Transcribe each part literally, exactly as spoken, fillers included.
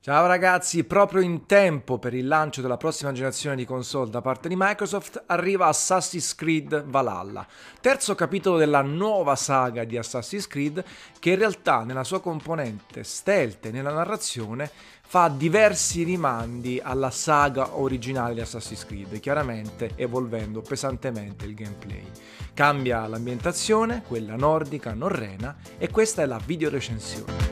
Ciao ragazzi, proprio in tempo per il lancio della prossima generazione di console da parte di Microsoft arriva Assassin's Creed Valhalla, terzo capitolo della nuova saga di Assassin's Creed che in realtà nella sua componente stealth e nella narrazione fa diversi rimandi alla saga originale di Assassin's Creed, chiaramente evolvendo pesantemente il gameplay. Cambia l'ambientazione, quella nordica, norrena, e questa è la videorecensione.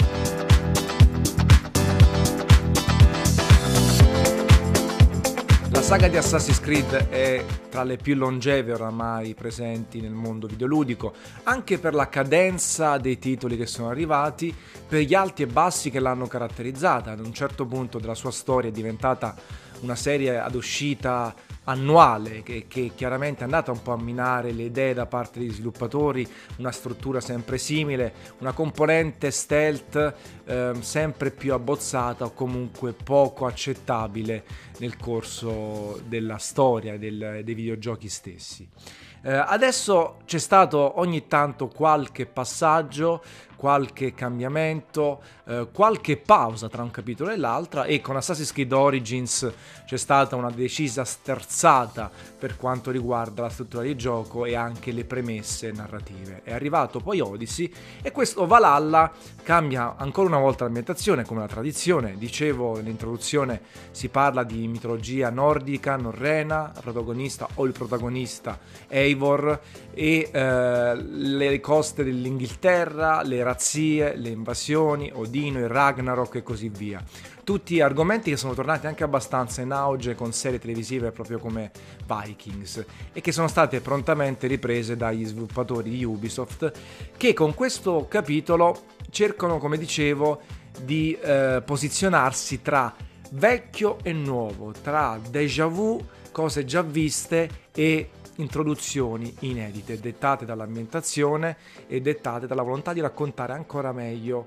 La saga di Assassin's Creed è tra le più longeve oramai presenti nel mondo videoludico, anche per la cadenza dei titoli che sono arrivati, per gli alti e bassi che l'hanno caratterizzata. Ad un certo punto della sua storia è diventata una serie ad uscita annuale che, che chiaramente è andata un po' a minare le idee da parte degli sviluppatori, una struttura sempre simile, una componente stealth eh, sempre più abbozzata o comunque poco accettabile nel corso della storia del, dei videogiochi stessi. Eh, adesso c'è stato ogni tanto qualche passaggio, qualche cambiamento, eh, qualche pausa tra un capitolo e l'altro, e con Assassin's Creed Origins c'è stata una decisa sterzata per quanto riguarda la struttura di gioco e anche le premesse narrative. È arrivato poi Odyssey e questo Valhalla cambia ancora una volta l'ambientazione come la tradizione. Dicevo nell'introduzione, si parla di mitologia nordica, norrena, la protagonista o il protagonista Eivor e eh, le coste dell'Inghilterra, le razzie, le invasioni, Odino, il Ragnarok e così via. Tutti argomenti che sono tornati anche abbastanza in auge con serie televisive proprio come Vikings e che sono state prontamente riprese dagli sviluppatori di Ubisoft, che con questo capitolo cercano, come dicevo, di eh, posizionarsi tra vecchio e nuovo, tra déjà vu, cose già viste e introduzioni inedite, dettate dall'ambientazione e dettate dalla volontà di raccontare ancora meglio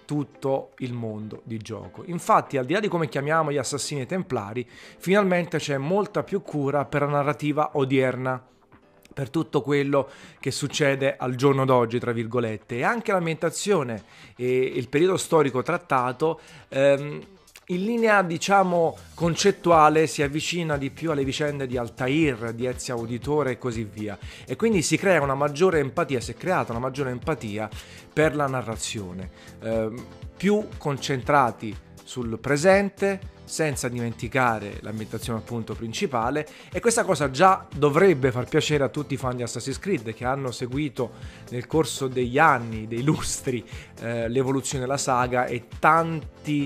tutto il mondo di gioco. Infatti, al di là di come chiamiamo gli assassini e i templari, finalmente c'è molta più cura per la narrativa odierna, per tutto quello che succede al giorno d'oggi, tra virgolette, e anche l'ambientazione e il periodo storico trattato ehm, in linea, diciamo, concettuale si avvicina di più alle vicende di Altair, di Ezio Auditore e così via. E quindi si crea una maggiore empatia, si è creata una maggiore empatia per la narrazione, eh, più concentrati sul presente, senza dimenticare l'ambientazione appunto principale, e questa cosa già dovrebbe far piacere a tutti i fan di Assassin's Creed che hanno seguito nel corso degli anni, dei lustri, eh, l'evoluzione della saga e tanti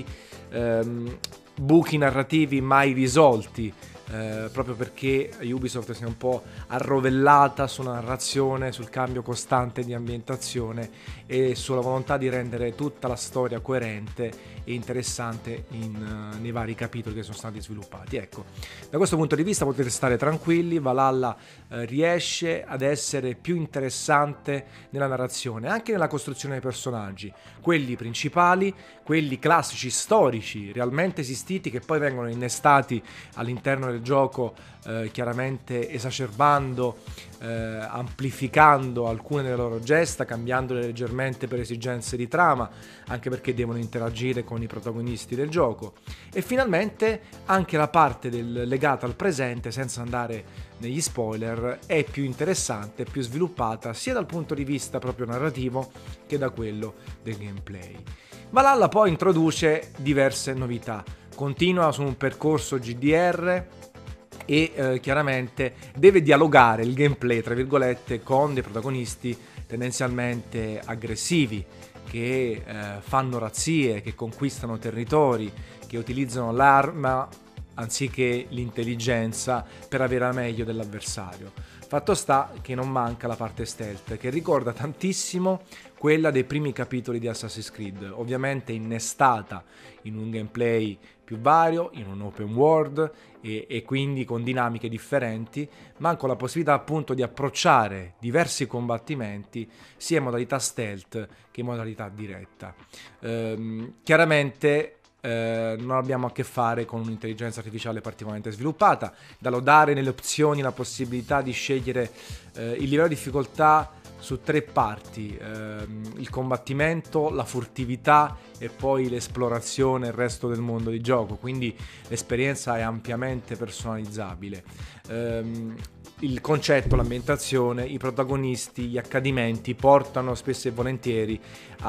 ehm, buchi narrativi mai risolti, eh, proprio perché Ubisoft si è un po' arrovellata sulla narrazione, sul cambio costante di ambientazione e sulla volontà di rendere tutta la storia coerente e interessante in, uh, nei vari capitoli che sono stati sviluppati. Ecco, da questo punto di vista potete stare tranquilli, Valhalla uh, riesce ad essere più interessante nella narrazione, anche nella costruzione dei personaggi, quelli principali, quelli classici, storici, realmente esistiti, che poi vengono innestati all'interno del gioco, eh, chiaramente esacerbando, eh, amplificando alcune delle loro gesta, cambiandole leggermente per esigenze di trama, anche perché devono interagire con i protagonisti del gioco. E finalmente anche la parte del, legata al presente, senza andare negli spoiler, è più interessante, più sviluppata sia dal punto di vista proprio narrativo che da quello del gameplay. Valhalla poi introduce diverse novità, continua su un percorso G D R e eh, chiaramente deve dialogare il gameplay, tra virgolette, con dei protagonisti tendenzialmente aggressivi, che eh, fanno razzie, che conquistano territori, che utilizzano l'arma anziché l'intelligenza per avere la meglio dell'avversario. Fatto sta che non manca la parte stealth, che ricorda tantissimo quella dei primi capitoli di Assassin's Creed, ovviamente innestata in un gameplay più vario, in un open world e, e quindi con dinamiche differenti, ma con la possibilità appunto di approcciare diversi combattimenti sia in modalità stealth che in modalità diretta. Ehm, chiaramente Eh, non abbiamo a che fare con un'intelligenza artificiale particolarmente sviluppata, da lodare nelle opzioni la possibilità di scegliere eh, il livello di difficoltà su tre parti, ehm, il combattimento, la furtività e poi l'esplorazione e il resto del mondo di gioco, quindi l'esperienza è ampiamente personalizzabile. Ehm, il concetto, l'ambientazione, i protagonisti, gli accadimenti portano spesso e volentieri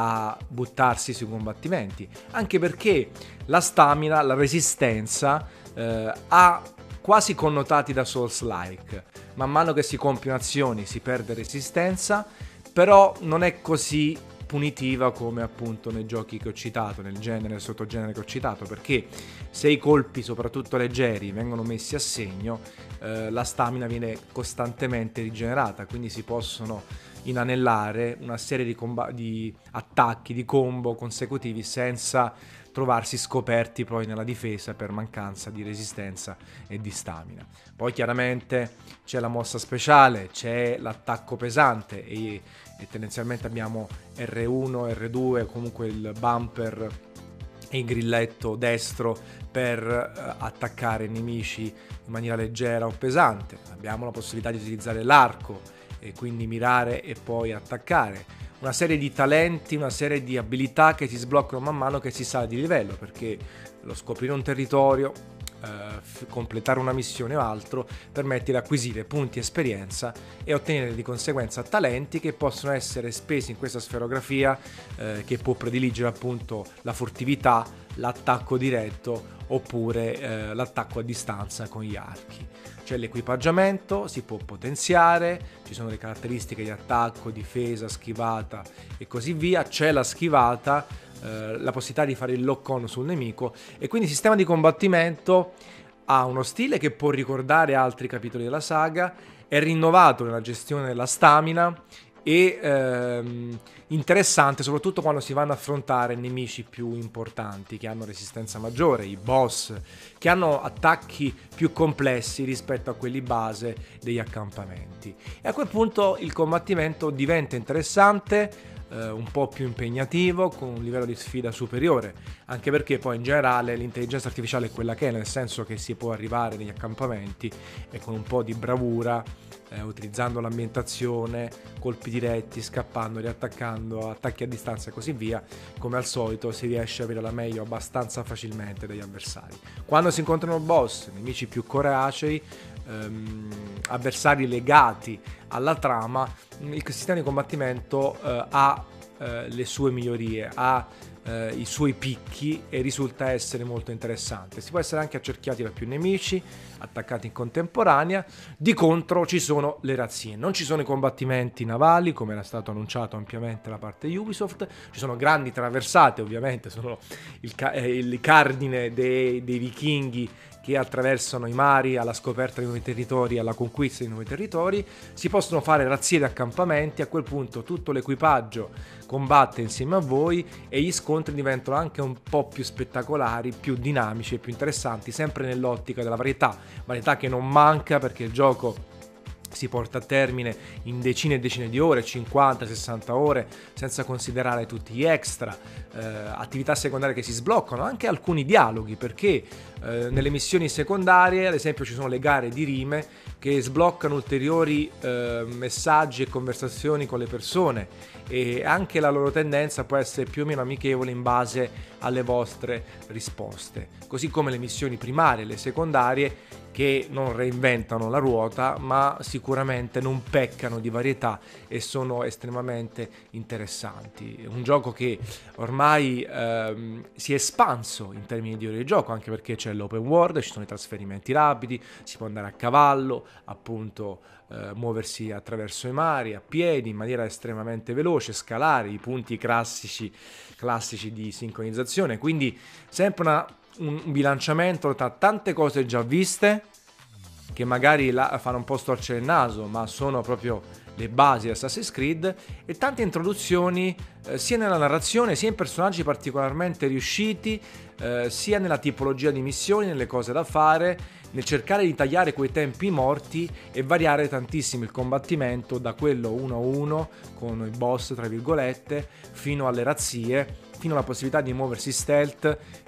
a buttarsi sui combattimenti, anche perché la stamina, la resistenza eh, ha quasi connotati da Souls-like. Man mano che si compiono azioni si perde resistenza, però non è così punitiva come appunto nei giochi che ho citato, nel genere e sottogenere che ho citato, perché se i colpi, soprattutto leggeri, vengono messi a segno, eh, la stamina viene costantemente rigenerata, quindi si possono inanellare una serie di, comb- di attacchi, di combo consecutivi senza trovarsi scoperti poi nella difesa per mancanza di resistenza e di stamina. Poi chiaramente c'è la mossa speciale, c'è l'attacco pesante e, e tendenzialmente abbiamo erre uno, erre due, comunque il bumper e il grilletto destro per eh, attaccare i nemici in maniera leggera o pesante. Abbiamo la possibilità di utilizzare l'arco e quindi mirare e poi attaccare. Una serie di talenti, una serie di abilità che si sbloccano man mano che si sale di livello, perché lo scoprire un territorio, eh, f- completare una missione o altro permette di acquisire punti esperienza e ottenere di conseguenza talenti che possono essere spesi in questa sferografia eh, che può prediligere appunto la furtività, l'attacco diretto oppure eh, l'attacco a distanza con gli archi. C'è l'equipaggiamento, si può potenziare, ci sono le caratteristiche di attacco, difesa, schivata e così via. C'è la schivata, eh, la possibilità di fare il lock-on sul nemico e quindi il sistema di combattimento ha uno stile che può ricordare altri capitoli della saga, è rinnovato nella gestione della stamina e ehm, interessante soprattutto quando si vanno a affrontare nemici più importanti che hanno resistenza maggiore, i boss che hanno attacchi più complessi rispetto a quelli base degli accampamenti, e a quel punto il combattimento diventa interessante, eh, un po' più impegnativo, con un livello di sfida superiore, anche perché poi in generale l'intelligenza artificiale è quella che è, nel senso che si può arrivare negli accampamenti e con un po' di bravura, Eh, utilizzando l'ambientazione, colpi diretti, scappando, riattaccando, attacchi a distanza e così via, come al solito si riesce a avere la meglio abbastanza facilmente dagli avversari. Quando si incontrano boss, nemici più coreacei, ehm, avversari legati alla trama, il sistema di combattimento eh, ha eh, le sue migliorie, ha eh, i suoi picchi e risulta essere molto interessante. Si può essere anche accerchiati da più nemici, attaccati in contemporanea. Di contro ci sono le razzie, non ci sono i combattimenti navali come era stato annunciato ampiamente da parte Ubisoft, ci sono grandi traversate, ovviamente sono il, ca- eh, il cardine dei, dei vichinghi che attraversano i mari alla scoperta di nuovi territori, alla conquista di nuovi territori. Si possono fare razzie di accampamenti, a quel punto tutto l'equipaggio combatte insieme a voi e gli scontri diventano anche un po' più spettacolari, più dinamici e più interessanti, sempre nell'ottica della varietà, varietà che non manca perché il gioco si porta a termine in decine e decine di ore, cinquanta sessanta ore, senza considerare tutti gli extra, eh, attività secondarie che si sbloccano, anche alcuni dialoghi, perché eh, nelle missioni secondarie, ad esempio, ci sono le gare di rime che sbloccano ulteriori eh, messaggi e conversazioni con le persone, e anche la loro tendenza può essere più o meno amichevole in base alle vostre risposte, così come le missioni primarie e le secondarie, che non reinventano la ruota ma sicuramente non peccano di varietà e sono estremamente interessanti. Un gioco che ormai ehm, si è espanso in termini di ore di gioco, anche perché c'è l'open world, ci sono i trasferimenti rapidi, si può andare a cavallo, appunto eh, muoversi attraverso i mari, a piedi, in maniera estremamente veloce, scalare i punti classici, classici di sincronizzazione, quindi sempre una un bilanciamento tra tante cose già viste che magari la fanno un po' storcere il naso, ma sono proprio le basi di Assassin's Creed, e tante introduzioni eh, sia nella narrazione sia in personaggi particolarmente riusciti, eh, sia nella tipologia di missioni, nelle cose da fare, nel cercare di tagliare quei tempi morti e variare tantissimo il combattimento, da quello uno a uno con i boss tra virgolette fino alle razzie, fino alla possibilità di muoversi stealth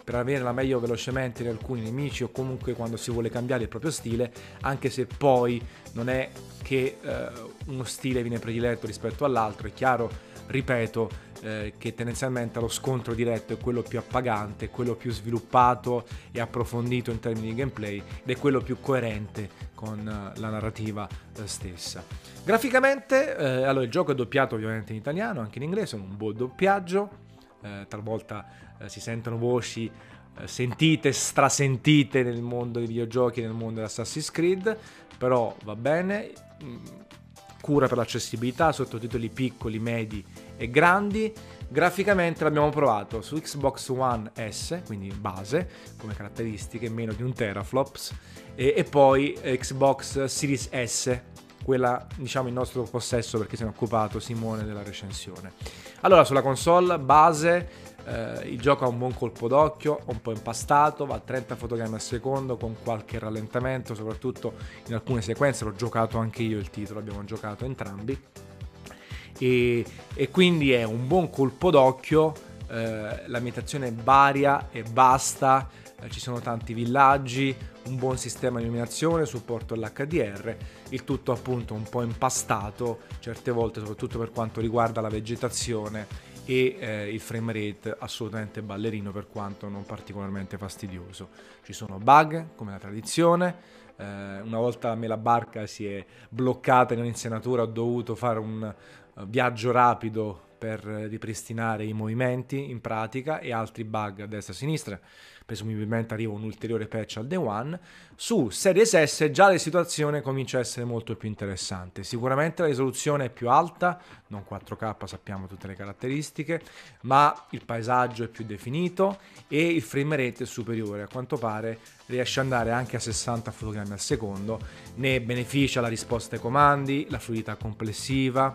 per avere la meglio velocemente di alcuni nemici o comunque quando si vuole cambiare il proprio stile, anche se poi non è che eh, uno stile viene prediletto rispetto all'altro. È chiaro, ripeto, eh, che tendenzialmente lo scontro diretto è quello più appagante, quello più sviluppato e approfondito in termini di gameplay ed è quello più coerente con eh, la narrativa eh, stessa. Graficamente, eh, allora il gioco è doppiato ovviamente in italiano, anche in inglese, un buon doppiaggio. Eh, talvolta eh, si sentono voci eh, sentite, strasentite nel mondo dei videogiochi, nel mondo dell'Assassin's Creed, però va bene, mh, cura per l'accessibilità, sottotitoli piccoli, medi e grandi. Graficamente l'abbiamo provato su Xbox One S, quindi base, come caratteristiche, meno di un teraflops, e, e poi Xbox Series S, quella diciamo in nostro possesso perché se ne è occupato Simone della recensione. Allora, sulla console base eh, il gioco ha un buon colpo d'occhio, un po' impastato, va a trenta fotogrammi al secondo con qualche rallentamento, soprattutto in alcune sequenze. L'ho giocato anche io il titolo, abbiamo giocato entrambi, e, e quindi è un buon colpo d'occhio. Eh, l'ambientazione varia e basta, eh, ci sono tanti villaggi, un buon sistema di illuminazione, supporto all'H D R, il tutto appunto un po' impastato certe volte, soprattutto per quanto riguarda la vegetazione, e eh, il frame rate assolutamente ballerino per quanto non particolarmente fastidioso. Ci sono bug come la tradizione, eh, una volta a me la barca si è bloccata in un'insenatura, ho dovuto fare un uh, viaggio rapido per ripristinare i movimenti in pratica, e altri bug a destra e a sinistra. Presumibilmente arriva un ulteriore patch al day one. Su Series S già la situazione comincia a essere molto più interessante. Sicuramente la risoluzione è più alta, non quattro K, sappiamo tutte le caratteristiche, ma il paesaggio è più definito e il frame rate è superiore. A quanto pare riesce ad andare anche a sessanta fotogrammi al secondo. Ne beneficia la risposta ai comandi, la fluidità complessiva,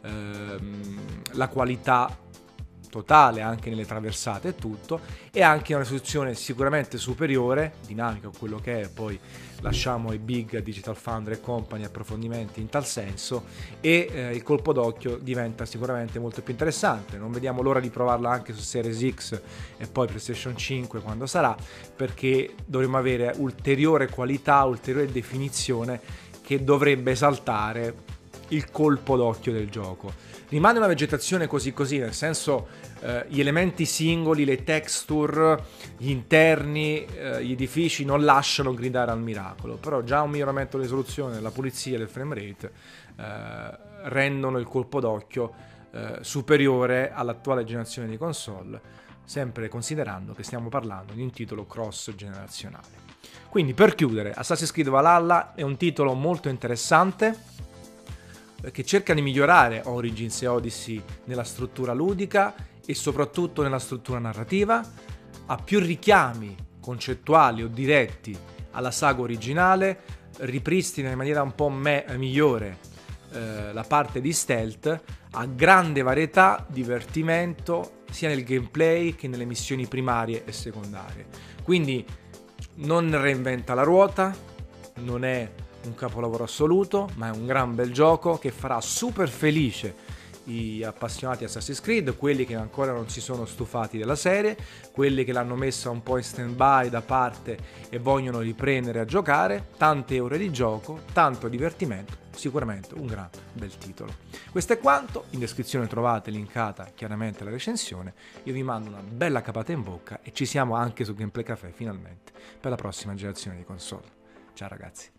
ehm, la qualità totale anche nelle traversate e tutto, e anche una risoluzione sicuramente superiore, dinamica, quello che è. Poi lasciamo ai big Digital Foundry e Company approfondimenti in tal senso, e eh, il colpo d'occhio diventa sicuramente molto più interessante. Non vediamo l'ora di provarla anche su Series X e poi PlayStation cinque quando sarà, perché dovremo avere ulteriore qualità, ulteriore definizione che dovrebbe esaltare il colpo d'occhio del gioco. Rimane una vegetazione così così, nel senso eh, gli elementi singoli, le texture, gli interni, eh, gli edifici non lasciano gridare al miracolo, però già un miglioramento della risoluzione, la pulizia del frame rate eh, rendono il colpo d'occhio eh, superiore all'attuale generazione di console, sempre considerando che stiamo parlando di un titolo cross generazionale. Quindi, per chiudere, Assassin's Creed Valhalla è un titolo molto interessante che cerca di migliorare Origins e Odyssey nella struttura ludica e soprattutto nella struttura narrativa, ha più richiami concettuali o diretti alla saga originale, ripristina in maniera un po' me- migliore eh, la parte di stealth, ha grande varietà, divertimento sia nel gameplay che nelle missioni primarie e secondarie. Quindi non reinventa la ruota, non è un capolavoro assoluto, ma è un gran bel gioco che farà super felice gli appassionati di Assassin's Creed, quelli che ancora non si sono stufati della serie, quelli che l'hanno messa un po' in stand-by da parte e vogliono riprendere a giocare. Tante ore di gioco, tanto divertimento, sicuramente un gran bel titolo. Questo è quanto, in descrizione trovate linkata chiaramente la recensione. Io vi mando una bella capata in bocca e ci siamo anche su Gameplay Café finalmente per la prossima generazione di console. Ciao ragazzi.